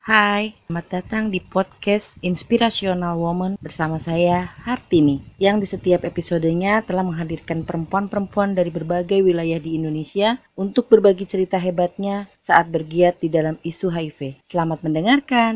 Hai, selamat datang di podcast Inspirational Woman bersama saya, Hartini, yang di setiap episodenya telah menghadirkan perempuan-perempuan dari berbagai wilayah di Indonesia untuk berbagi cerita hebatnya saat bergiat di dalam isu HIV. Selamat mendengarkan.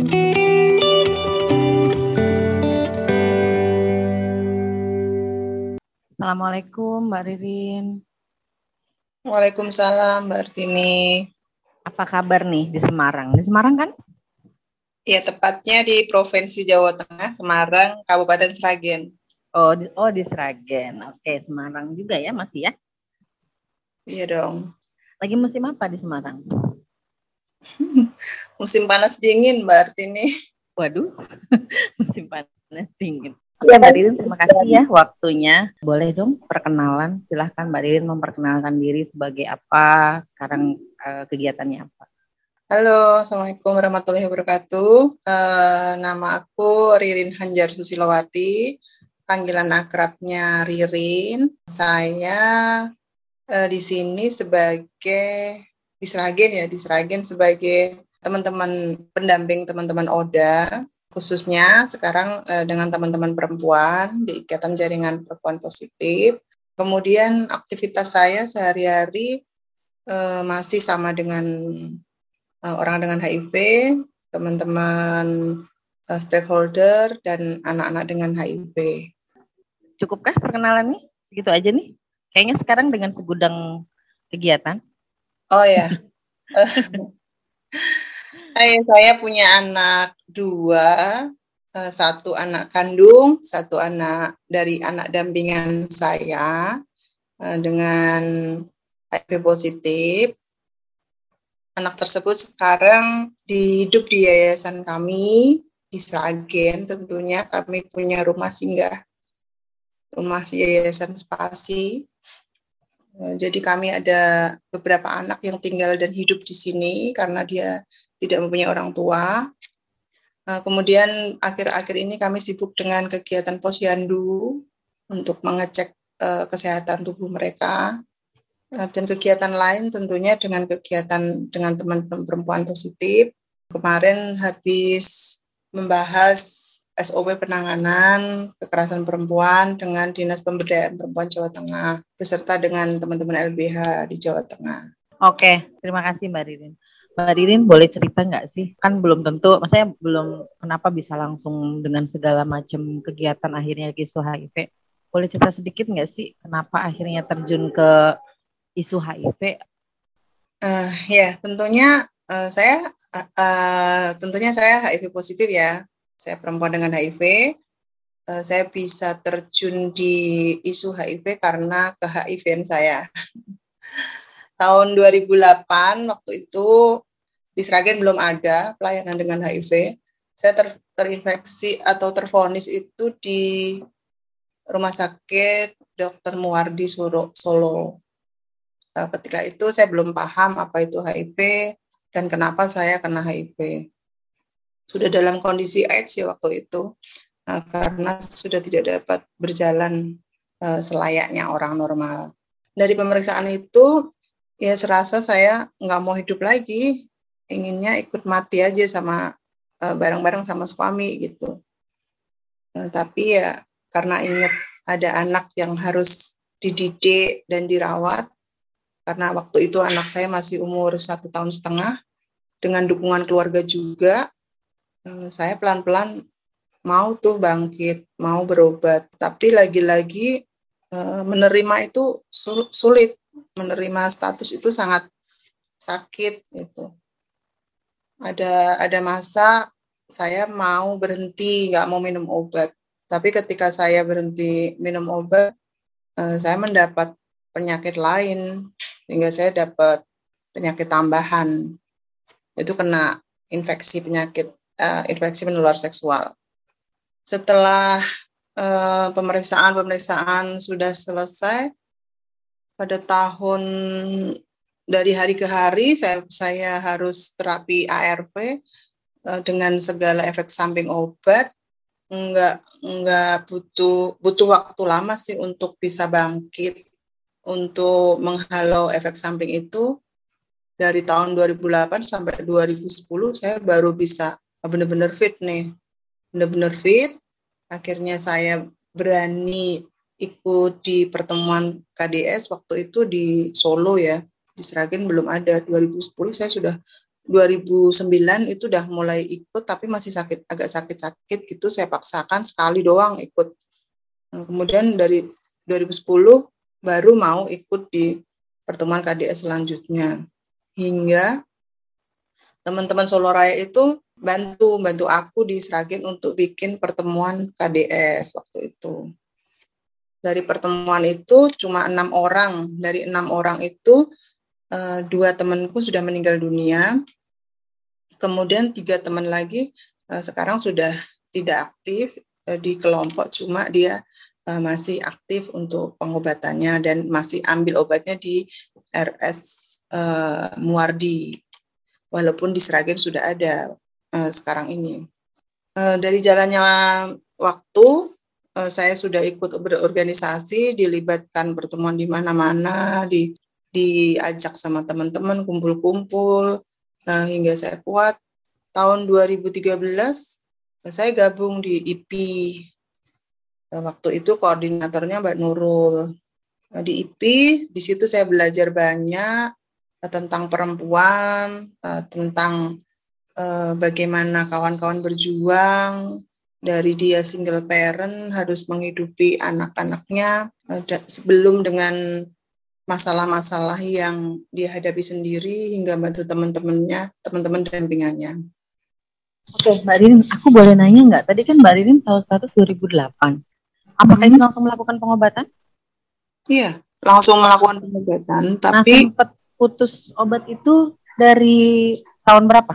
Assalamualaikum Mbak Ririn. Waalaikumsalam Mbak Artini. Apa kabar nih di Semarang? Di Semarang kan? Ya, tepatnya di Provinsi Jawa Tengah, Semarang, Kabupaten Sragen. Oh, di Sragen. Oke, Semarang juga ya masih ya? Iya dong. Lagi musim apa di Semarang? Musim panas dingin Mbak Artini. Waduh, musim panas dingin. Oke, Mbak Ririn, terima kasih ya waktunya. Boleh dong perkenalan, silahkan Mbak Ririn memperkenalkan diri sebagai apa, sekarang kegiatannya apa. Halo, Assalamualaikum warahmatullahi wabarakatuh. Nama aku Ririn Hanjar Susilowati, panggilan akrabnya Ririn. Saya di sini di Sragen sebagai teman-teman pendamping teman-teman ODA, khususnya sekarang dengan teman-teman perempuan di Ikatan Jaringan Perempuan Positif. Kemudian aktivitas saya sehari-hari masih sama dengan orang dengan HIV, teman-teman stakeholder, dan anak-anak dengan HIV. Cukupkah perkenalan nih? Segitu aja nih? Kayaknya sekarang dengan segudang kegiatan. Oh ya, saya punya anak 2, satu anak kandung, satu anak dari anak dampingan saya dengan HIV positif. Anak tersebut sekarang hidup di yayasan kami di Sragen. Tentunya kami punya rumah singgah, rumah yayasan Spasi. Jadi kami ada beberapa anak yang tinggal dan hidup di sini karena dia tidak mempunyai orang tua. Kemudian akhir-akhir ini kami sibuk dengan kegiatan posyandu untuk mengecek kesehatan tubuh mereka. Dan kegiatan lain tentunya dengan kegiatan dengan teman-teman perempuan positif. Kemarin habis membahas SOP penanganan kekerasan perempuan dengan Dinas Pemberdayaan Perempuan Jawa Tengah beserta dengan teman-teman LBH di Jawa Tengah. Oke, terima kasih Mbak Ririn. Mbak Ririn boleh cerita nggak sih? Kan belum tentu, maksudnya belum kenapa bisa langsung dengan segala macam kegiatan akhirnya ke isu HIV. Boleh cerita sedikit nggak sih kenapa akhirnya terjun ke isu HIV? Ya, tentunya saya HIV positif ya. Saya perempuan dengan HIV. Saya bisa terjun di isu HIV karena ke-HIV-an saya. Tahun 2008 waktu itu di Sragen belum ada pelayanan dengan HIV. Saya terinfeksi atau tervonis itu di Rumah Sakit Dr. Muwardi Solo. Ketika itu saya belum paham apa itu HIV dan kenapa saya kena HIV. Sudah dalam kondisi AIDS ya waktu itu, karena sudah tidak dapat berjalan selayaknya orang normal. Dari pemeriksaan itu, ya serasa saya nggak mau hidup lagi, inginnya ikut mati aja sama bareng-bareng sama suami gitu. Tapi ya karena ingat ada anak yang harus dididik dan dirawat, karena waktu itu anak saya masih umur 1,5 tahun, dengan dukungan keluarga juga, saya pelan-pelan mau tuh bangkit, mau berobat. Tapi lagi-lagi menerima itu sulit, menerima status itu sangat sakit gitu. Ada masa saya mau berhenti, nggak mau minum obat. Tapi ketika saya berhenti minum obat, saya mendapat penyakit lain, sehingga saya dapat penyakit tambahan. Itu kena infeksi infeksi menular seksual. Setelah pemeriksaan sudah selesai, pada tahun dari hari ke hari saya harus terapi ARV dengan segala efek samping obat. Nggak butuh waktu lama sih untuk bisa bangkit, untuk menghalau efek samping itu. dari tahun 2008 sampai 2010 saya baru bisa benar-benar fit nih. Benar-benar fit. Akhirnya saya berani ikut di pertemuan KDS waktu itu di Solo ya. Di Sragen belum ada. 2010 saya sudah 2009 itu udah mulai ikut tapi masih agak sakit-sakit gitu. Saya paksakan sekali doang ikut. Nah, kemudian dari 2010 baru mau ikut di pertemuan KDS selanjutnya. Hingga teman-teman Solo Raya itu bantu aku di Sragen untuk bikin pertemuan KDS waktu itu. Dari pertemuan itu cuma 6 orang. Dari 6 orang itu 2 temanku sudah meninggal dunia. Kemudian 3 teman lagi sekarang sudah tidak aktif di kelompok, cuma dia masih aktif untuk pengobatannya dan masih ambil obatnya di RS Muardi. Walaupun di Sragen sudah ada sekarang ini. Dari jalannya waktu, saya sudah ikut berorganisasi, dilibatkan pertemuan di mana-mana, diajak sama teman-teman kumpul-kumpul, hingga saya kuat. Tahun 2013, saya gabung di IPI. Waktu itu koordinatornya Mbak Nurul. Di IPI, di situ saya belajar banyak tentang perempuan, tentang bagaimana kawan-kawan berjuang, dari dia single parent harus menghidupi anak-anaknya sebelum dengan masalah-masalah yang dia hadapi sendiri hingga bantu teman-temannya, teman-teman dampingannya. Oke, Mbak Ririn, aku boleh nanya nggak? Tadi kan Mbak Ririn tahu status 2008. Apakah itu langsung melakukan pengobatan? Iya, langsung melakukan pengobatan. Nah, Tapi sempat putus obat itu dari tahun berapa?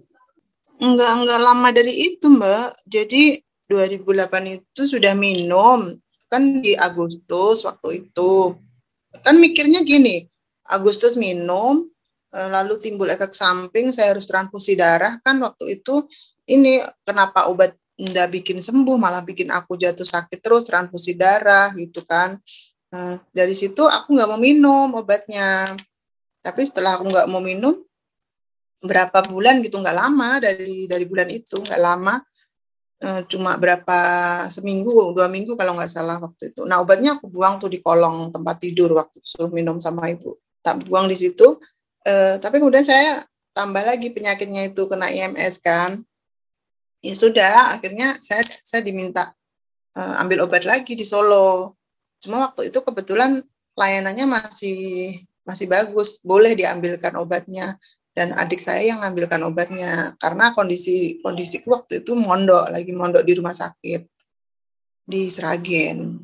enggak lama dari itu, Mbak. Jadi 2008 itu sudah minum. Kan di Agustus waktu itu. Kan mikirnya gini, Agustus minum, lalu timbul efek samping, saya harus transfusi darah. Kan waktu itu ini kenapa obat enggak bikin sembuh, malah bikin aku jatuh sakit terus, transfusi darah gitu kan. Dari situ aku nggak mau minum obatnya. Tapi setelah aku nggak mau minum, berapa bulan gitu, nggak lama dari bulan itu, nggak lama, cuma berapa seminggu, 2 minggu kalau nggak salah waktu itu. Nah obatnya aku buang tuh di kolong tempat tidur waktu suruh minum sama ibu. Tak buang di situ, tapi kemudian saya tambah lagi penyakitnya itu, kena IMS kan. Ya sudah, akhirnya saya diminta ambil obat lagi di Solo. Cuma waktu itu kebetulan layanannya masih bagus, boleh diambilkan obatnya. Dan adik saya yang ngambilkan obatnya karena kondisiku waktu itu lagi mondok di rumah sakit di Sragen.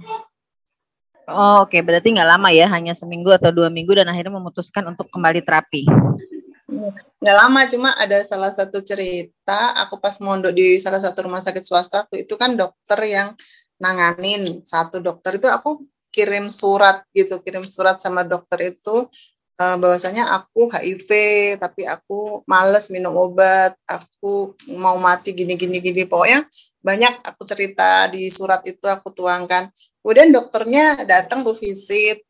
Oh, oke. Berarti nggak lama ya, hanya seminggu atau 2 minggu dan akhirnya memutuskan untuk kembali terapi. Nggak lama, cuma ada salah satu cerita, aku pas mondok di salah satu rumah sakit swasta, itu kan dokter yang nanganin, satu dokter itu aku kirim surat sama dokter itu, bahwasanya aku HIV, tapi aku males minum obat, aku mau mati gini, pokoknya banyak aku cerita di surat itu, aku tuangkan. Kemudian dokternya datang tuh visit,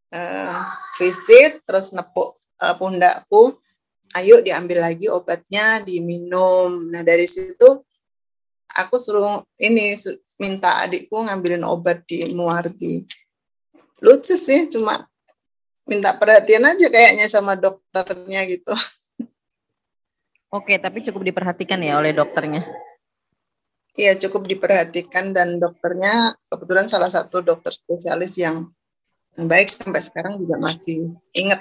terus nepuk pundakku, ayo diambil lagi obatnya, diminum. Nah dari situ aku minta adikku ngambilin obat di Muardi. Lucu sih, cuma minta perhatian aja kayaknya sama dokternya gitu. Oke, tapi cukup diperhatikan ya oleh dokternya. Iya, cukup diperhatikan, dan dokternya kebetulan salah satu dokter spesialis yang baik, sampai sekarang juga masih ingat.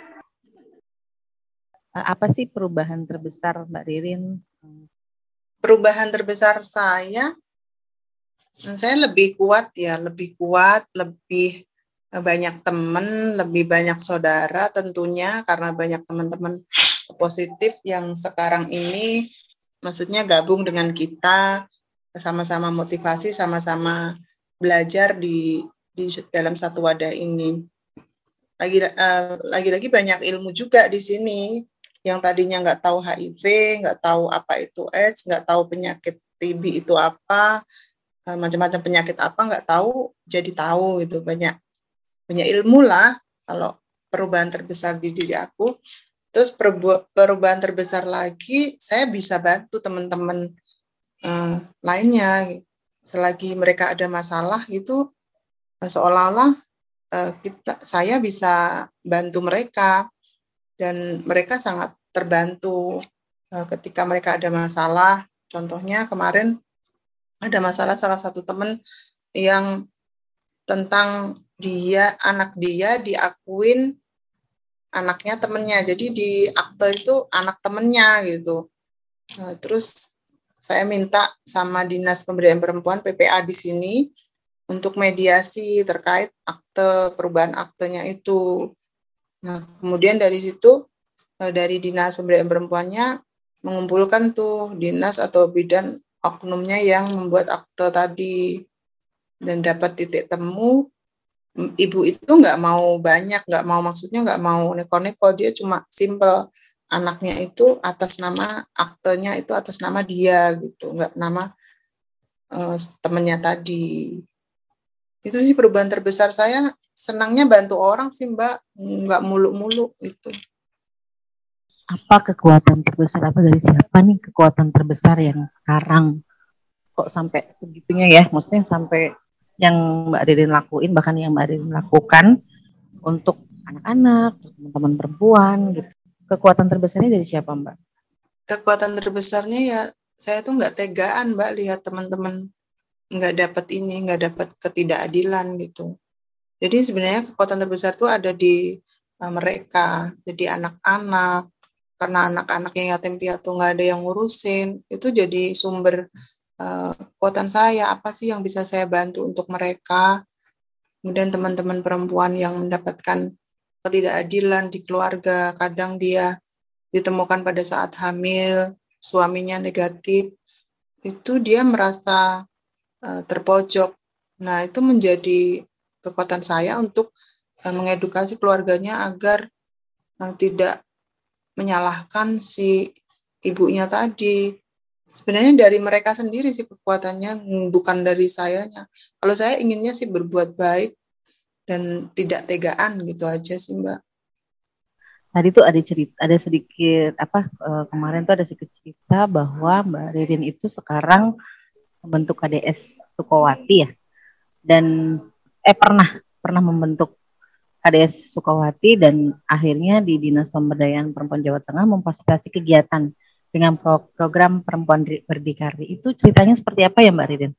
Apa sih perubahan terbesar Mbak Ririn? Perubahan terbesar saya lebih kuat, lebih banyak teman, lebih banyak saudara tentunya, karena banyak teman-teman positif yang sekarang ini maksudnya gabung dengan kita, sama-sama motivasi, sama-sama belajar di dalam satu wadah ini. Lagi-lagi banyak ilmu juga di sini, yang tadinya nggak tahu HIV, nggak tahu apa itu AIDS, nggak tahu penyakit TB itu apa, macam-macam penyakit apa nggak tahu, jadi tahu gitu. Banyak ilmu lah. Kalau perubahan terbesar di diri aku, Terus perubahan terbesar lagi, saya bisa bantu teman-teman lainnya. Selagi mereka ada masalah gitu, seolah-olah saya bisa bantu mereka, dan mereka sangat terbantu ketika mereka ada masalah. Contohnya kemarin ada masalah salah satu teman yang tentang anak dia diakuin anaknya temennya, jadi di akte itu anak temennya gitu. Terus saya minta sama Dinas Pemberdayaan Perempuan PPA di sini untuk mediasi terkait akte, perubahan aktenya itu. Nah, kemudian dari situ dari Dinas Pemberdayaan Perempuannya mengumpulkan tuh dinas atau bidan oknumnya yang membuat akte tadi, dan dapat titik temu. Ibu itu nggak mau banyak, maksudnya nggak mau neko-neko, dia cuma simple anaknya itu atas nama, aktenya itu atas nama dia gitu, nggak nama temennya tadi. Itu sih perubahan terbesar saya. Senangnya bantu orang sih Mbak, nggak muluk-muluk itu. Apa kekuatan terbesar, apa dari siapa nih kekuatan terbesar yang sekarang kok sampai segitunya ya, maksudnya sampai yang Mbak Ririn lakuin, bahkan yang Mbak Ririn lakukan untuk anak-anak, teman-teman perempuan gitu. Kekuatan terbesarnya dari siapa Mbak? Kekuatan terbesarnya ya saya tuh nggak tegaan Mbak lihat teman-teman nggak dapat ketidakadilan gitu. Jadi sebenarnya kekuatan terbesar tuh ada di mereka, jadi anak-anak, karena anak-anak yang yatim piatu nggak ada yang ngurusin, itu jadi sumber kekuatan saya. Apa sih yang bisa saya bantu untuk mereka? Kemudian teman-teman perempuan yang mendapatkan ketidakadilan di keluarga, kadang dia ditemukan pada saat hamil, suaminya negatif, itu dia merasa terpojok. Nah, itu menjadi kekuatan saya untuk mengedukasi keluarganya agar tidak menyalahkan si ibunya tadi. Sebenarnya dari mereka sendiri sih kekuatannya, bukan dari sayanya. Kalau saya inginnya sih berbuat baik dan tidak tegaan gitu aja sih Mbak. Tadi tuh ada cerita, ada sedikit kemarin tuh ada sedikit cerita bahwa Mbak Ririn itu sekarang membentuk KDS Sukowati ya, dan pernah membentuk KDS Sukawati, dan akhirnya di Dinas Pemberdayaan Perempuan Jawa Tengah memfasilitasi kegiatan dengan program Perempuan Berdikari. Itu ceritanya seperti apa ya Mbak Ririn?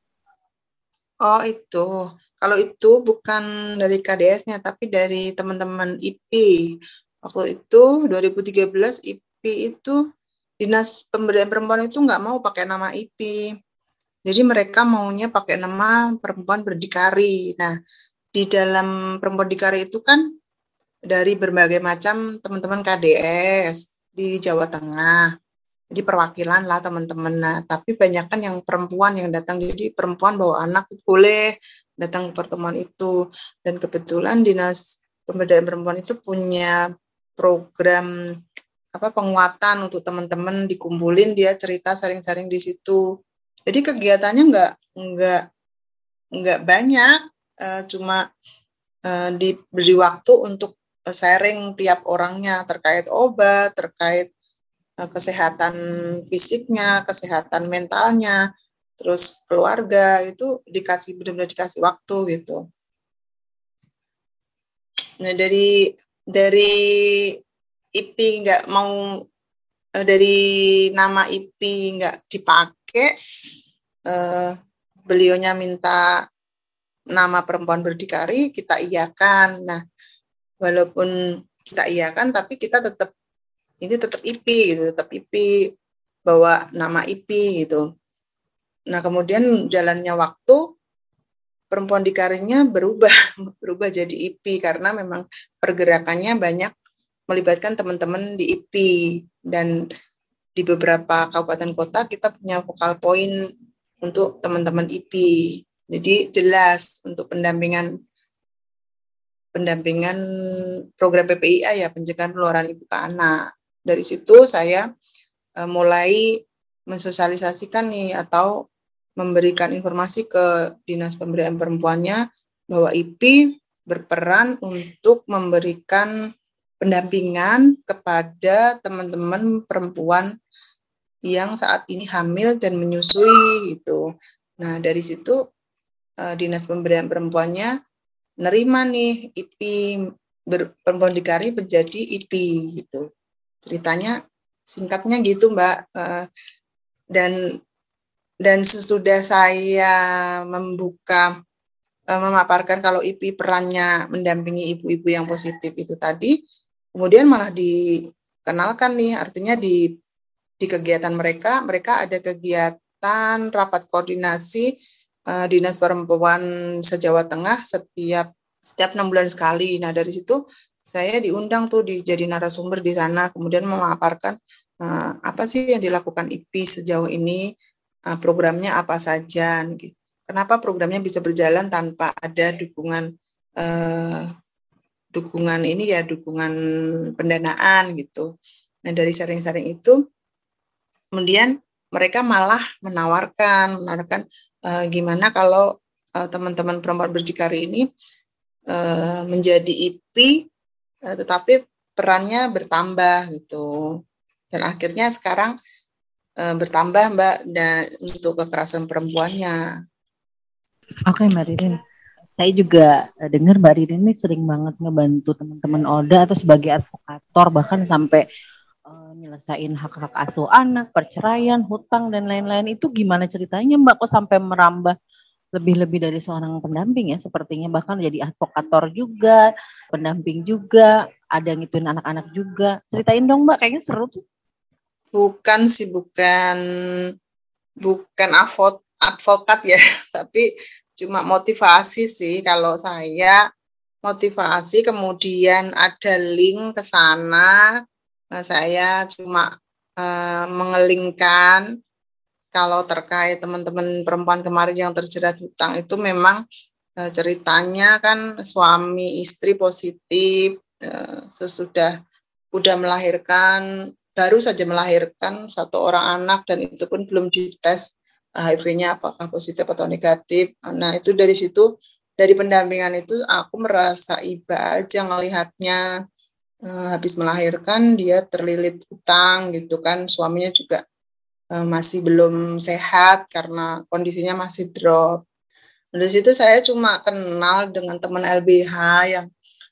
Oh itu, kalau itu bukan dari KDS-nya, tapi dari teman-teman IP. Waktu itu 2013 IP itu Dinas Pemberdayaan Perempuan itu nggak mau pakai nama IP. Jadi mereka maunya pakai nama Perempuan Berdikari. Nah, di dalam Perempuan Berdikari itu kan dari berbagai macam teman-teman KDS di Jawa Tengah. Jadi perwakilan lah teman-teman. Nah, tapi banyak kan yang perempuan yang datang. Jadi perempuan bawa anak boleh datang ke pertemuan itu. Dan kebetulan Dinas Pemberdayaan Perempuan itu punya program penguatan untuk teman-teman, dikumpulin, dia cerita sharing-sharing di situ. Jadi kegiatannya nggak banyak, cuma diberi waktu untuk sharing tiap orangnya terkait obat, terkait kesehatan fisiknya, kesehatan mentalnya, terus keluarga, itu benar-benar dikasih waktu gitu. Nah, dari IP nggak mau, dari nama IP nggak dipakai, beliaunya minta nama Perempuan Berdikari, kita iyakan. Nah, walaupun kita iyakan, tapi kita tetap IP gitu, tetap IP, bawa nama IP gitu. Nah, kemudian jalannya waktu, Perempuan Dikarinya berubah jadi IP karena memang pergerakannya banyak melibatkan teman-teman di IP, dan di beberapa kabupaten kota kita punya vokal point untuk teman-teman IP. Jadi jelas untuk pendampingan program PPIA ya, pencegahan penularan ibu ke anak. Dari situ saya mulai mensosialisasikan nih, atau memberikan informasi ke Dinas Pemberdayaan Perempuannya bahwa IP berperan untuk memberikan pendampingan kepada teman-teman perempuan yang saat ini hamil dan menyusui gitu. Nah, dari situ Dinas Pemberdayaan Perempuannya nerima nih IPI perempuan dikari menjadi IPI gitu. Ceritanya singkatnya gitu, Mbak. Dan sesudah saya memaparkan kalau IPI perannya mendampingi ibu-ibu yang positif itu tadi, kemudian malah dikenalkan nih, artinya di kegiatan mereka ada kegiatan rapat koordinasi Dinas Perempuan se-Jawa Tengah setiap 6 bulan sekali. Nah, dari situ saya diundang tuh jadi narasumber di sana, kemudian memaparkan apa sih yang dilakukan IPI sejauh ini, programnya apa saja gitu. Kenapa programnya bisa berjalan tanpa ada dukungan pendanaan gitu. Nah, dari sharing-sharing itu kemudian mereka malah menawarkan gimana kalau teman-teman perempuan berdikari ini menjadi IPI tetapi perannya bertambah gitu. Dan akhirnya sekarang bertambah, Mbak, dan untuk kekerasan perempuannya. Oke, Mbak Ririn. Saya juga dengar Mbak Ririn ini sering banget ngebantu teman-teman ODA atau sebagai advokator bahkan sampai nyelesain hak-hak asuh anak, perceraian, hutang dan lain-lain. Itu gimana ceritanya Mbak kok sampai merambah lebih-lebih dari seorang pendamping ya? Sepertinya bahkan jadi advokator juga, pendamping juga, ada ngituin anak-anak juga. Ceritain dong Mbak, kayaknya seru tuh. Bukan sih, bukan advokat ya, tapi cuma motivasi sih. Kalau saya motivasi, kemudian ada link ke sana, saya cuma mengelingkan kalau terkait teman-teman perempuan kemarin yang terjerat hutang itu memang ceritanya kan suami istri positif sesudah udah melahirkan, baru saja melahirkan satu orang anak dan itu pun belum dites HIV-nya apakah positif atau negatif. Nah, itu dari situ, dari pendampingan itu aku merasa iba aja ngelihatnya. Habis melahirkan dia terlilit utang gitu kan, suaminya juga masih belum sehat karena kondisinya masih drop. Dari situ saya cuma kenal dengan teman LBH yang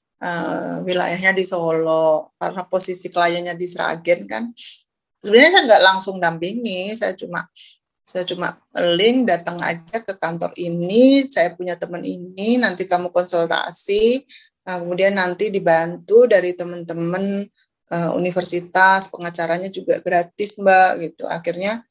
wilayahnya di Solo, karena posisi kliennya di Sragen kan. Sebenarnya saya nggak langsung dampingi, saya cuma link, datang aja ke kantor ini, saya punya teman ini, nanti kamu konsultasi, nah, kemudian nanti dibantu dari teman-teman universitas, pengacaranya juga gratis Mbak gitu. Akhirnya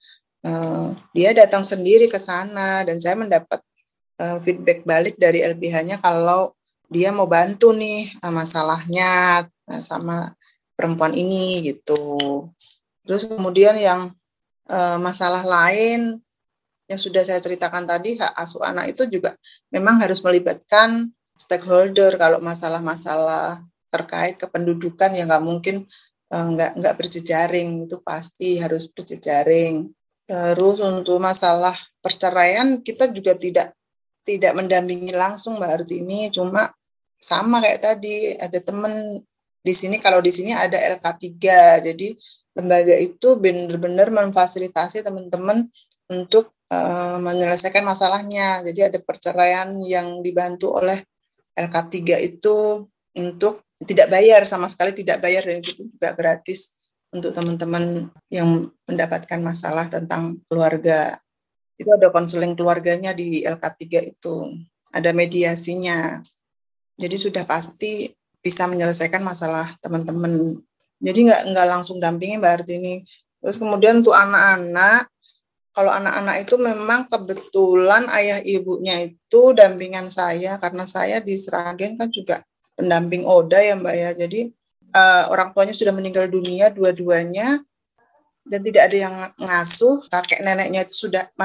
dia datang sendiri ke sana dan saya mendapat feedback balik dari LBH-nya kalau dia mau bantu nih masalahnya sama perempuan ini gitu. Terus kemudian yang masalah lain yang sudah saya ceritakan tadi, hak asuh anak itu juga memang harus melibatkan stakeholder. Kalau masalah-masalah terkait kependudukan yang nggak mungkin nggak berjejaring, itu pasti harus berjejaring. Terus untuk masalah perceraian kita juga tidak mendampingi langsung Mbak Artini, cuma sama kayak tadi ada teman di sini, kalau di sini ada LK3, jadi lembaga itu benar-benar memfasilitasi teman-teman untuk menyelesaikan masalahnya. Jadi ada perceraian yang dibantu oleh LK3 itu untuk tidak bayar, sama sekali tidak bayar, dan itu juga gratis untuk teman-teman yang mendapatkan masalah tentang keluarga. Itu ada konseling keluarganya di LK3 itu, ada mediasinya. Jadi sudah pasti bisa menyelesaikan masalah teman-teman. Jadi nggak langsung dampingi Mbak Artini. Terus kemudian untuk anak-anak, kalau anak-anak itu memang kebetulan ayah ibunya itu dampingan saya, karena saya di Sragen kan juga pendamping ODA ya Mbak ya. Jadi orang tuanya sudah meninggal dunia dua-duanya dan tidak ada yang ngasuh. Kakek neneknya itu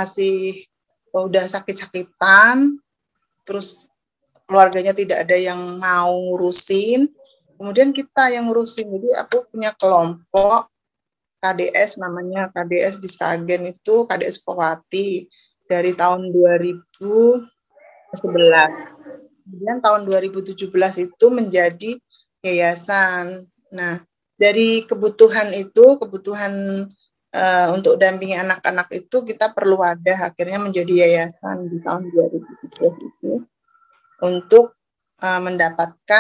udah sakit-sakitan, terus keluarganya tidak ada yang mau ngurusin. Kemudian kita yang ngurusin. Jadi aku punya kelompok KDS, namanya KDS di Sragen itu KDS Powati dari tahun 2011. Kemudian tahun 2017 itu menjadi yayasan. Nah, dari kebutuhan itu, untuk dampingi anak-anak itu kita perlu ada akhirnya menjadi yayasan di tahun 2017 itu untuk mendapatkan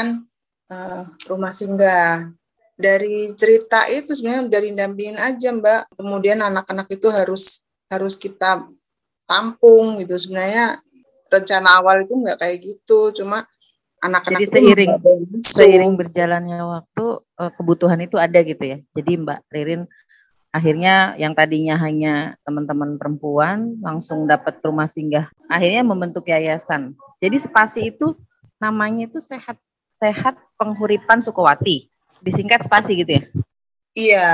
rumah singgah. Dari cerita itu sebenarnya dari dampingin aja Mbak, kemudian anak-anak itu harus kita tampung gitu. Sebenarnya rencana awal itu nggak kayak gitu, cuma Jadi anak-anak itu seiring masuk. berjalannya waktu kebutuhan itu ada gitu ya. Jadi Mbak Ririn akhirnya yang tadinya hanya teman-teman perempuan langsung dapat rumah singgah. Akhirnya membentuk yayasan. Jadi Spasi itu namanya itu Sehat Penghuripan Sukowati. Disingkat Spasi gitu ya. Iya,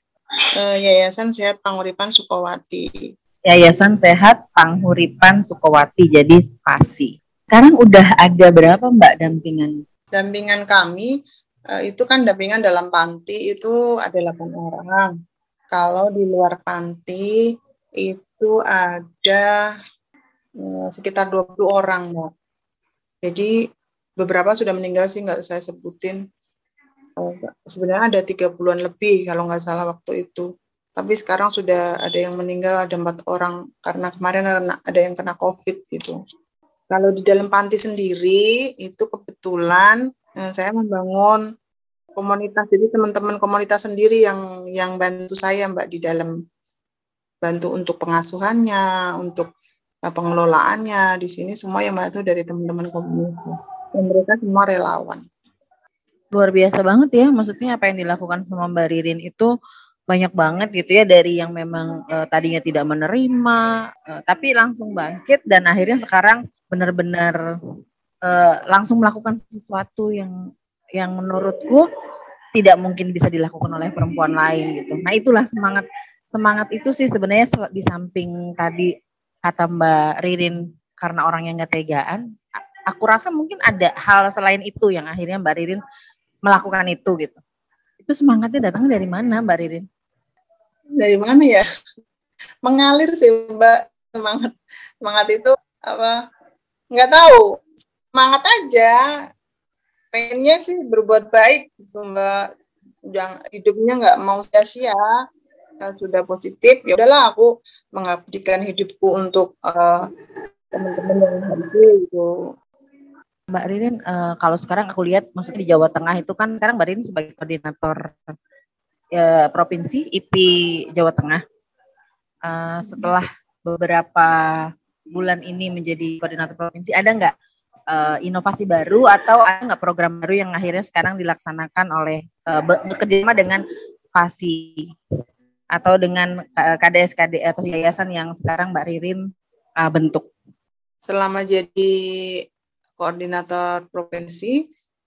Yayasan Sehat Panguripan Sukowati. Yayasan Sehat Panghuripan Sukowati, jadi Spasi. Sekarang udah ada berapa Mbak dampingan? Dampingan kami itu kan dampingan dalam panti itu ada 8 orang. Kalau di luar panti itu ada sekitar 20 orang, Mbak. Jadi beberapa sudah meninggal sih nggak saya sebutin. Sebenarnya ada 30-an lebih kalau nggak salah waktu itu. Tapi sekarang sudah ada yang meninggal, ada 4 orang karena kemarin ada yang kena COVID gitu. Kalau di dalam panti sendiri itu kebetulan saya membangun komunitas. Jadi teman-teman komunitas sendiri yang bantu saya Mbak di dalam bantu untuk pengasuhannya, untuk pengelolaannya. Di sini semua yang bantu dari teman-teman komunitas. Dan mereka semua relawan. Luar biasa banget ya, maksudnya apa yang dilakukan sama Mbak Ririn itu banyak banget gitu ya, dari yang memang tadinya tidak menerima tapi langsung bangkit dan akhirnya sekarang benar-benar langsung melakukan sesuatu yang menurutku tidak mungkin bisa dilakukan oleh perempuan lain gitu. Nah itulah semangat itu sih sebenarnya, di samping tadi kata Mbak Ririn karena orang yang gak tegaan, aku rasa mungkin ada hal selain itu yang akhirnya Mbak Ririn melakukan itu gitu. Itu semangatnya datangnya dari mana Mbak Ririn? Dari mana ya? Mengalir sih Mbak, semangat itu apa? Nggak tahu. Semangat aja. Pengennya sih berbuat baik gitu Mbak. Yang hidupnya nggak mau sia-sia. Kalau sudah positif, ya udahlah aku mengabdikan hidupku untuk teman-teman yang hadir gitu. Mbak Ririn, kalau sekarang aku lihat, maksudnya di Jawa Tengah itu kan sekarang Mbak Ririn sebagai koordinator provinsi IPI Jawa Tengah. Setelah beberapa bulan ini menjadi koordinator provinsi, ada nggak inovasi baru atau ada nggak program baru yang akhirnya sekarang dilaksanakan oleh bekerjasama dengan Spasi atau dengan KDS-KD atau yayasan yang sekarang Mbak Ririn bentuk? Selama jadi koordinator provinsi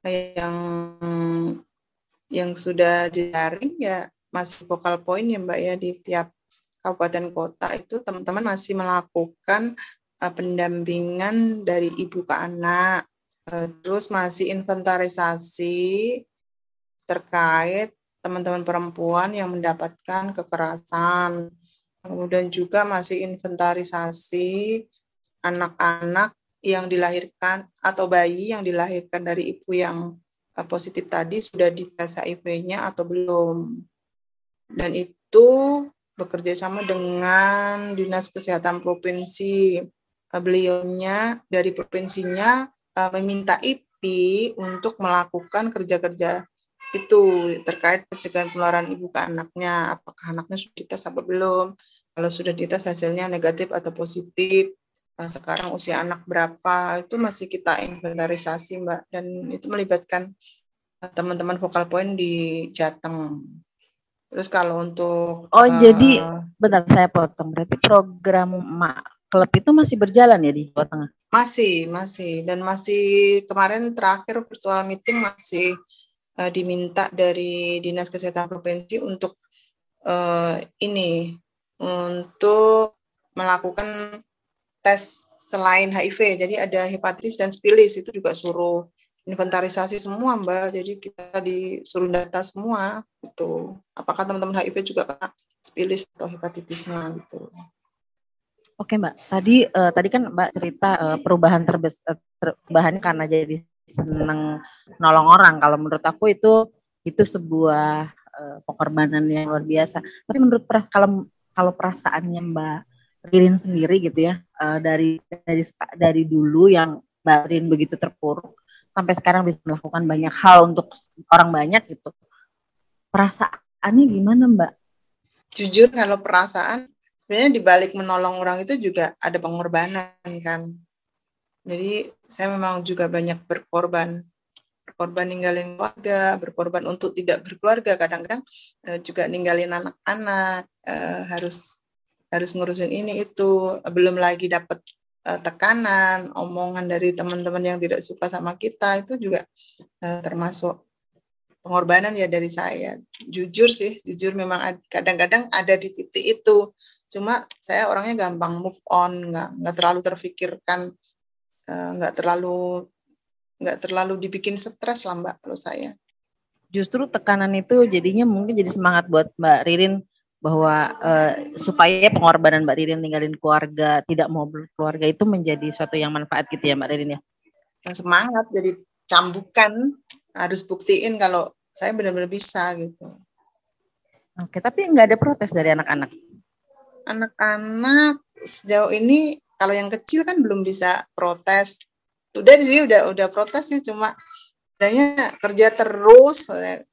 yang sudah dijaring ya masih focal point ya Mbak ya, di tiap kabupaten kota itu teman-teman masih melakukan pendampingan dari ibu ke anak, terus masih inventarisasi terkait teman-teman perempuan yang mendapatkan kekerasan, kemudian juga masih inventarisasi anak-anak yang dilahirkan atau bayi yang dilahirkan dari ibu yang positif tadi sudah dites HIV-nya atau belum. Dan itu bekerja sama dengan Dinas Kesehatan Provinsi. Beliaunya dari provinsinya meminta IPI untuk melakukan kerja-kerja itu terkait pencegahan penularan ibu ke anaknya. Apakah anaknya sudah dites atau belum? Kalau sudah dites hasilnya negatif atau positif, sekarang usia anak berapa, itu masih kita inventarisasi Mbak, dan itu melibatkan teman-teman focal point di Jateng. Terus kalau untuk jadi bentar saya potong, berarti program klub itu masih berjalan ya di Jawa Tengah? masih dan masih kemarin terakhir virtual meeting masih diminta dari Dinas Kesehatan Provinsi untuk untuk melakukan tes selain HIV. Jadi ada hepatitis dan spilis, itu juga suruh inventarisasi semua Mbak. Jadi kita disuruh data semua gitu. Apakah teman-teman HIV juga kena spilis atau hepatitisnya gitu. Oke Mbak, tadi kan Mbak cerita perubahan karena jadi seneng nolong orang. Kalau menurut aku itu Itu sebuah pengorbanan yang luar biasa. Tapi menurut kalau perasaannya Mbak Ririn sendiri gitu ya, dari dulu yang Mbak Ririn begitu terpuruk sampai sekarang bisa melakukan banyak hal untuk orang banyak gitu. Perasaannya gimana Mbak? Jujur kalau perasaan, sebenarnya di balik menolong orang itu juga ada pengorbanan kan. Jadi saya memang juga banyak berkorban ninggalin keluarga, berkorban untuk tidak berkeluarga, kadang-kadang juga ninggalin anak-anak, harus ngurusin ini itu, belum lagi dapat tekanan, omongan dari teman-teman yang tidak suka sama kita, itu juga termasuk pengorbanan ya dari saya. Jujur memang kadang-kadang ada di titik itu. Cuma saya orangnya gampang move on, nggak terlalu terfikirkan, nggak terlalu dibikin stres lah Mbak kalau saya. Justru tekanan itu jadinya mungkin jadi semangat buat Mbak Ririn bahwa supaya pengorbanan Mbak Ririn ninggalin keluarga, tidak mau berkeluarga itu menjadi suatu yang manfaat gitu ya Mbak Ririn ya. Semangat jadi cambukan, harus buktiin kalau saya benar-benar bisa gitu. Oke, tapi nggak ada protes dari anak-anak. Anak-anak sejauh ini kalau yang kecil kan belum bisa protes. Udah sih udah protes sih, cuma adanya kerja terus.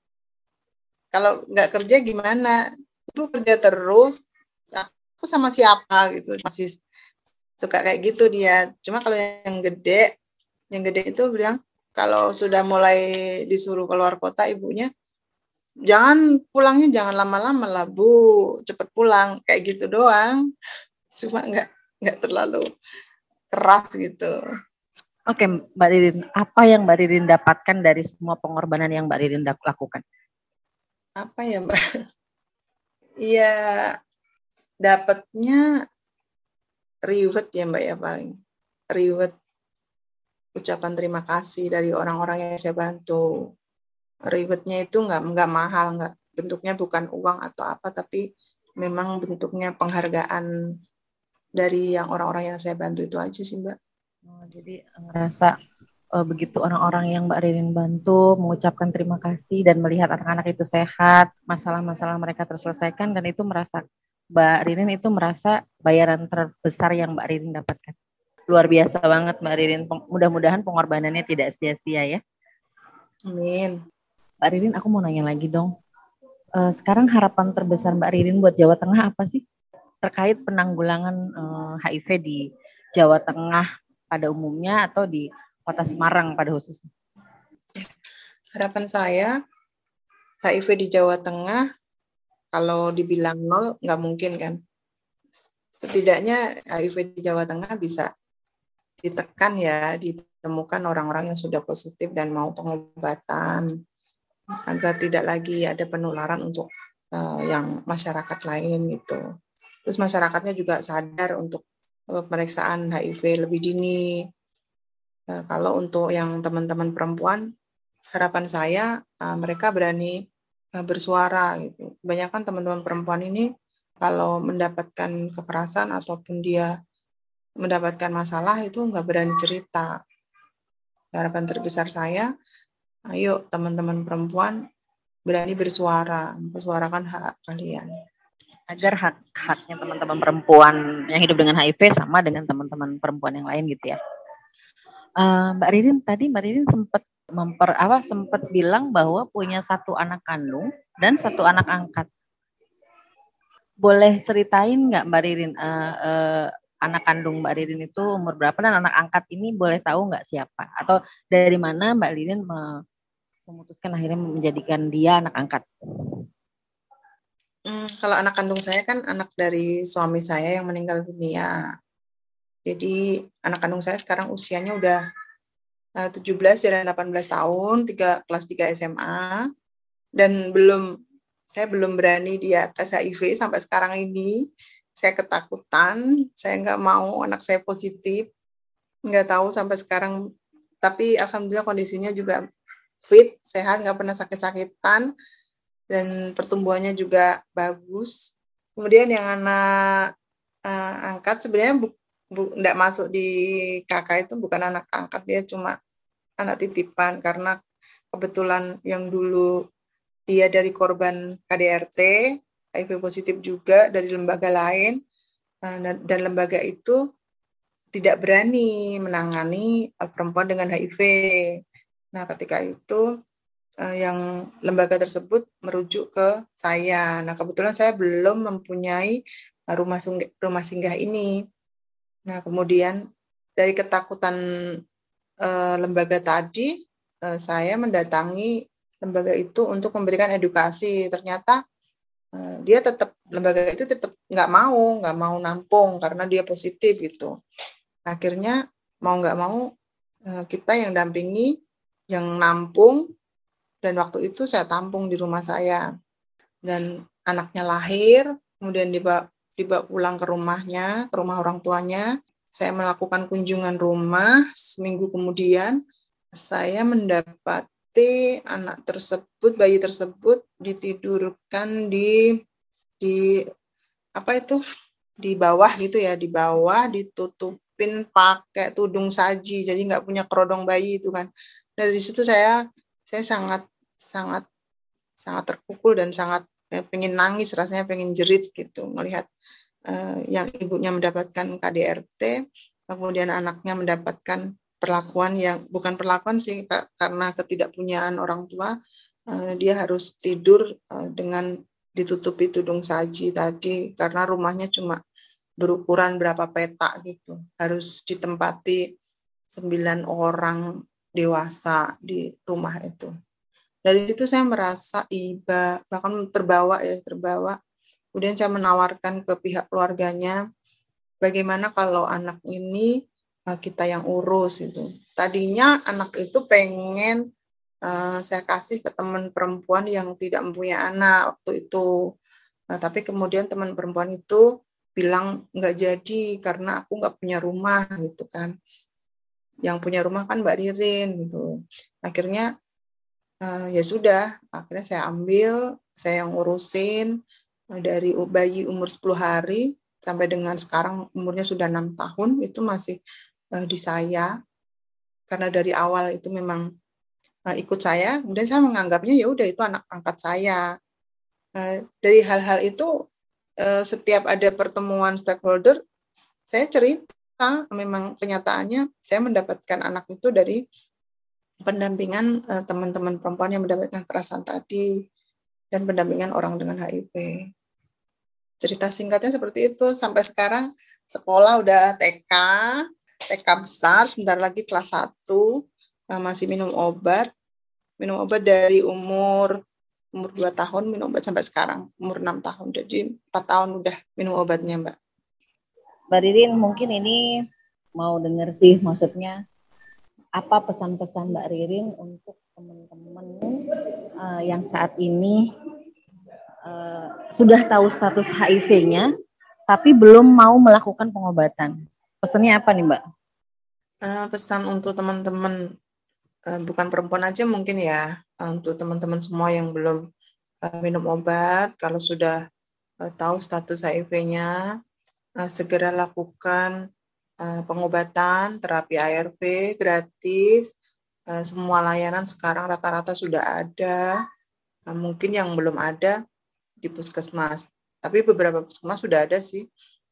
Kalau nggak kerja gimana? Ibu kerja terus, aku sama siapa gitu. Masih suka kayak gitu dia. Cuma kalau yang gede itu bilang kalau sudah mulai disuruh keluar kota ibunya, pulangnya jangan lama-lama lah Bu, cepet pulang kayak gitu doang. Cuma nggak terlalu keras gitu. Oke, Mbak Ririn, apa yang Mbak Ririn dapatkan dari semua pengorbanan yang Mbak Ririn lakukan? Apa ya Mbak? Iya, dapatnya reward ya Mbak ya, paling reward, ucapan terima kasih dari orang-orang yang saya bantu. Rewardnya itu nggak mahal, nggak, bentuknya bukan uang atau apa, tapi memang bentuknya penghargaan dari yang orang-orang yang saya bantu itu aja sih Mbak. Jadi ngerasa begitu orang-orang yang Mbak Ririn bantu mengucapkan terima kasih dan melihat anak-anak itu sehat, masalah-masalah mereka terselesaikan, dan itu Mbak Ririn itu merasa bayaran terbesar yang Mbak Ririn dapatkan. Luar biasa banget Mbak Ririn. Mudah-mudahan pengorbanannya tidak sia-sia ya. Amin. Mbak Ririn, aku mau nanya lagi dong. Sekarang harapan terbesar Mbak Ririn buat Jawa Tengah apa sih? Terkait penanggulangan HIV di Jawa Tengah pada umumnya atau di Kota Semarang pada khususnya. Harapan saya HIV di Jawa Tengah kalau dibilang nol nggak mungkin kan. Setidaknya HIV di Jawa Tengah bisa ditekan ya, ditemukan orang-orang yang sudah positif dan mau pengobatan agar tidak lagi ada penularan untuk yang masyarakat lain gitu. Terus masyarakatnya juga sadar untuk pemeriksaan HIV lebih dini. Kalau untuk yang teman-teman perempuan, harapan saya mereka berani bersuara gitu. Kebanyakan teman-teman perempuan ini kalau mendapatkan kekerasan ataupun dia mendapatkan masalah itu nggak berani cerita. Harapan terbesar saya, ayo teman-teman perempuan berani bersuara, bersuarakan hak kalian. Agar hak-haknya teman-teman perempuan yang hidup dengan HIV sama dengan teman-teman perempuan yang lain gitu ya. Mbak Ririn sempat bilang bahwa punya satu anak kandung dan satu anak angkat. Boleh ceritain nggak Mbak Ririn anak kandung Mbak Ririn itu umur berapa dan anak angkat ini boleh tahu nggak siapa? Atau dari mana Mbak Ririn memutuskan akhirnya menjadikan dia anak angkat? Kalau anak kandung saya kan anak dari suami saya yang meninggal dunia. Jadi anak kandung saya sekarang usianya udah 17 dan 18 tahun, kelas 3 SMA. Dan saya belum berani dia tes HIV sampai sekarang ini. Saya ketakutan, saya nggak mau anak saya positif. Nggak tahu sampai sekarang, tapi alhamdulillah kondisinya juga fit, sehat, nggak pernah sakit-sakitan, dan pertumbuhannya juga bagus. Kemudian yang anak angkat sebenarnya nggak masuk di kakak, itu bukan anak angkat, dia cuma anak titipan karena kebetulan yang dulu dia dari korban KDRT, HIV positif juga dari lembaga lain, dan lembaga itu tidak berani menangani perempuan dengan HIV. Nah, ketika itu yang lembaga tersebut merujuk ke saya. Nah, kebetulan saya belum mempunyai rumah singgah ini. Nah, kemudian dari ketakutan lembaga tadi, saya mendatangi lembaga itu untuk memberikan edukasi. Ternyata lembaga itu tetap nggak mau nampung karena dia positif gitu. Akhirnya mau nggak mau kita yang dampingi, yang nampung, dan waktu itu saya tampung di rumah saya. Dan anaknya lahir, kemudian dibawa pulang ke rumahnya, ke rumah orang tuanya. Saya melakukan kunjungan rumah, seminggu kemudian saya mendapati anak tersebut, bayi tersebut ditidurkan di apa itu, di bawah gitu ya, di bawah ditutupin pakai tudung saji, jadi nggak punya kerodong bayi itu kan. Dari situ saya sangat sangat sangat terpukul dan sangat pengen nangis, rasanya pengen jerit gitu melihat yang ibunya mendapatkan KDRT, kemudian anaknya mendapatkan perlakuan yang bukan perlakuan sih, karena ketidakpunyaan orang tua, dia harus tidur dengan ditutupi tudung saji tadi karena rumahnya cuma berukuran berapa petak gitu, harus ditempati 9 orang dewasa di rumah itu. Dari situ saya merasa iba, bahkan terbawa. Kemudian saya menawarkan ke pihak keluarganya, bagaimana kalau anak ini kita yang urus itu. Tadinya anak itu pengen saya kasih ke teman perempuan yang tidak mempunyai anak waktu itu. Nah, tapi kemudian teman perempuan itu bilang nggak jadi karena aku nggak punya rumah gitu kan. Yang punya rumah kan Mbak Ririn gitu. Akhirnya ya sudah, akhirnya saya ambil, saya yang ngurusin dari bayi umur 10 hari sampai dengan sekarang umurnya sudah 6 tahun, itu masih di saya. Karena dari awal itu memang ikut saya, kemudian saya menganggapnya ya udah itu anak angkat saya. Dari hal-hal itu, setiap ada pertemuan stakeholder, saya cerita, memang kenyataannya saya mendapatkan anak itu dari pendampingan teman-teman perempuan yang mendapatkan kekerasan tadi dan pendampingan orang dengan HIV. Cerita singkatnya seperti itu. Sampai sekarang sekolah udah TK besar, sebentar lagi kelas 1, masih minum obat dari umur 2 tahun, minum obat sampai sekarang, umur 6 tahun. Jadi 4 tahun udah minum obatnya, Mbak. Mbak Ririn, mungkin ini mau denger sih, maksudnya apa pesan-pesan Mbak Ririn untuk teman-teman yang saat ini sudah tahu status HIV-nya, tapi belum mau melakukan pengobatan. Pesannya apa nih, Mbak? Pesan untuk teman-teman, bukan perempuan aja mungkin ya, untuk teman-teman semua yang belum minum obat, kalau sudah tahu status HIV-nya, segera lakukan pengobatan, terapi ARV gratis. Semua layanan sekarang rata-rata sudah ada. Mungkin yang belum ada di puskesmas, tapi beberapa puskesmas sudah ada sih.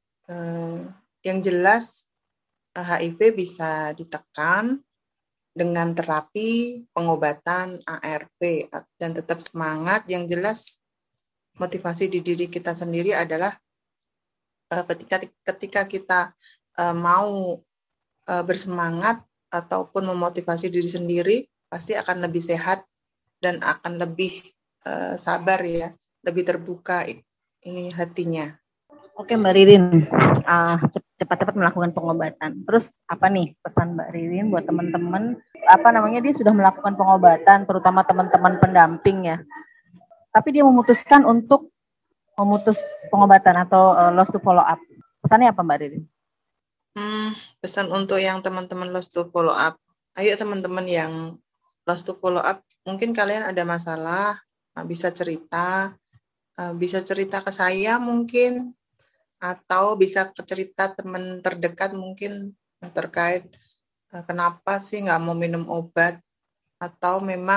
Yang jelas HIV bisa ditekan dengan terapi pengobatan ARV dan tetap semangat. Yang jelas motivasi di diri kita sendiri adalah ketika kita mau bersemangat ataupun memotivasi diri sendiri, pasti akan lebih sehat dan akan lebih sabar ya, lebih terbuka ini hatinya. Oke Mbak Ririn, cepat-cepat melakukan pengobatan. Terus apa nih pesan Mbak Ririn buat teman-teman, dia sudah melakukan pengobatan, terutama teman-teman pendamping ya, tapi dia memutuskan untuk memutus pengobatan atau lost to follow up. Pesannya apa Mbak Ririn? Pesan untuk yang teman-teman lost to follow up. Ayo teman-teman yang lost to follow up, mungkin kalian ada masalah, bisa cerita ke saya mungkin, atau bisa ke cerita teman terdekat mungkin terkait kenapa sih nggak mau minum obat, atau memang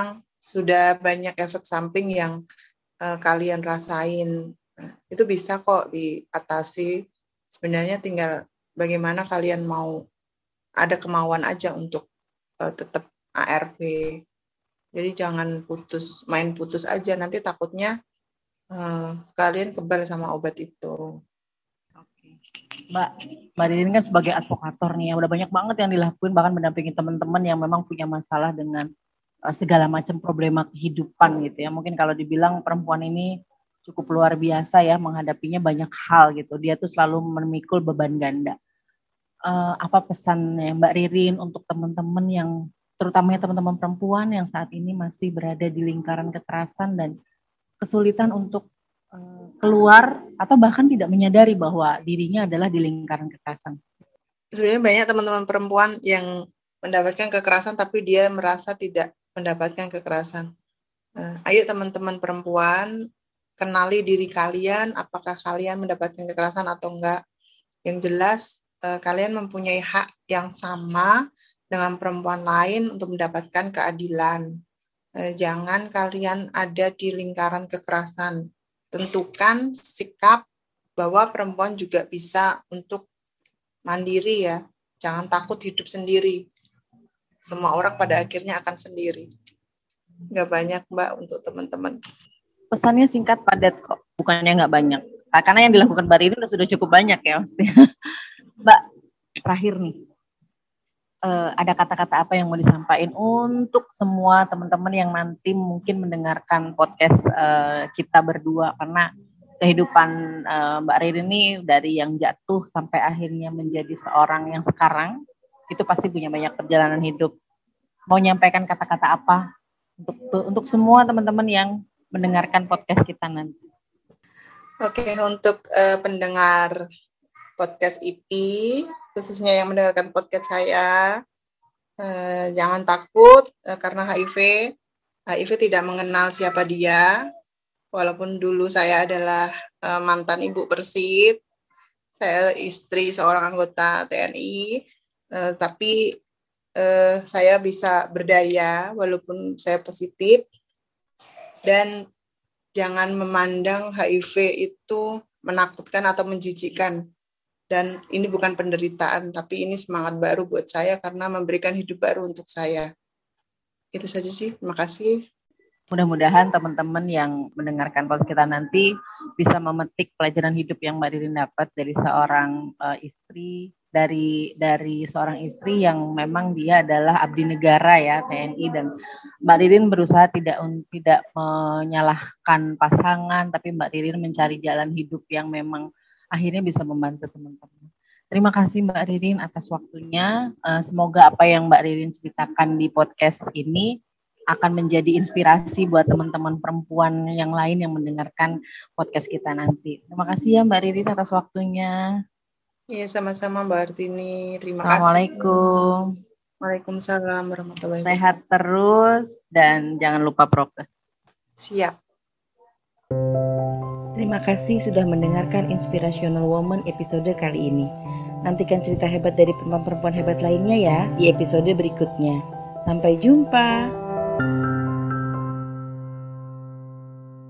sudah banyak efek samping yang kalian rasain. Itu bisa kok diatasi. Sebenarnya tinggal bagaimana kalian mau, ada kemauan aja untuk tetap ARV. Jadi jangan main putus aja, nanti takutnya kalian kebal sama obat itu. Oke. Mbak Ririn kan sebagai advokator nih, udah banyak banget yang dilakuin, bahkan mendampingi teman-teman yang memang punya masalah dengan segala macam problema kehidupan gitu ya. Mungkin kalau dibilang perempuan ini cukup luar biasa ya, menghadapinya banyak hal gitu. Dia tuh selalu memikul beban ganda. Apa pesannya Mbak Ririn untuk teman-teman yang, terutamanya teman-teman perempuan yang saat ini masih berada di lingkaran kekerasan dan kesulitan untuk keluar atau bahkan tidak menyadari bahwa dirinya adalah di lingkaran kekerasan? Sebenarnya banyak teman-teman perempuan yang mendapatkan kekerasan tapi dia merasa tidak mendapatkan kekerasan. Ayo teman-teman perempuan, kenali diri kalian, apakah kalian mendapatkan kekerasan atau enggak. Yang jelas kalian mempunyai hak yang sama dengan perempuan lain untuk mendapatkan keadilan. Jangan kalian ada di lingkaran kekerasan. Tentukan sikap bahwa perempuan juga bisa untuk mandiri ya. Jangan takut hidup sendiri. Semua orang pada akhirnya akan sendiri. Nggak banyak Mbak untuk teman-teman. Pesannya singkat padat kok, bukannya nggak banyak. Karena yang dilakukan Mbak Ririn sudah cukup banyak ya maksudnya. Mbak, terakhir nih, ada kata-kata apa yang mau disampaikan untuk semua teman-teman yang nanti mungkin mendengarkan podcast kita berdua, karena kehidupan Mbak Ririn ini dari yang jatuh sampai akhirnya menjadi seorang yang sekarang, itu pasti punya banyak perjalanan hidup. Mau nyampaikan kata-kata apa untuk semua teman-teman yang mendengarkan podcast kita nanti? Oke, untuk pendengar podcast IP, khususnya yang mendengarkan podcast saya, jangan takut karena HIV tidak mengenal siapa dia. Walaupun dulu saya adalah mantan ibu Persit, saya istri seorang anggota TNI, tapi saya bisa berdaya walaupun saya positif. Dan jangan memandang HIV itu menakutkan atau menjijikkan. Dan ini bukan penderitaan, tapi ini semangat baru buat saya karena memberikan hidup baru untuk saya. Itu saja sih, terima kasih. Mudah-mudahan teman-teman yang mendengarkan podcast kita nanti bisa memetik pelajaran hidup yang Mbak Ririn dapat dari seorang istri, dari seorang istri yang memang dia adalah abdi negara ya, TNI, dan Mbak Ririn berusaha tidak menyalahkan pasangan, tapi Mbak Ririn mencari jalan hidup yang memang akhirnya bisa membantu teman-teman. Terima kasih Mbak Ririn atas waktunya. Semoga apa yang Mbak Ririn ceritakan di podcast ini akan menjadi inspirasi buat teman-teman perempuan yang lain yang mendengarkan podcast kita nanti. Terima kasih ya Mbak Ririn atas waktunya. Iya, sama-sama Mbak Artini. Terima kasih. Assalamualaikum. Waalaikumsalam warahmatullahi wabarakatuh. Sehat terus dan jangan lupa prokes. Siap. Terima kasih sudah mendengarkan Inspirational Woman episode kali ini. Nantikan cerita hebat dari perempuan-perempuan hebat lainnya ya di episode berikutnya. Sampai jumpa.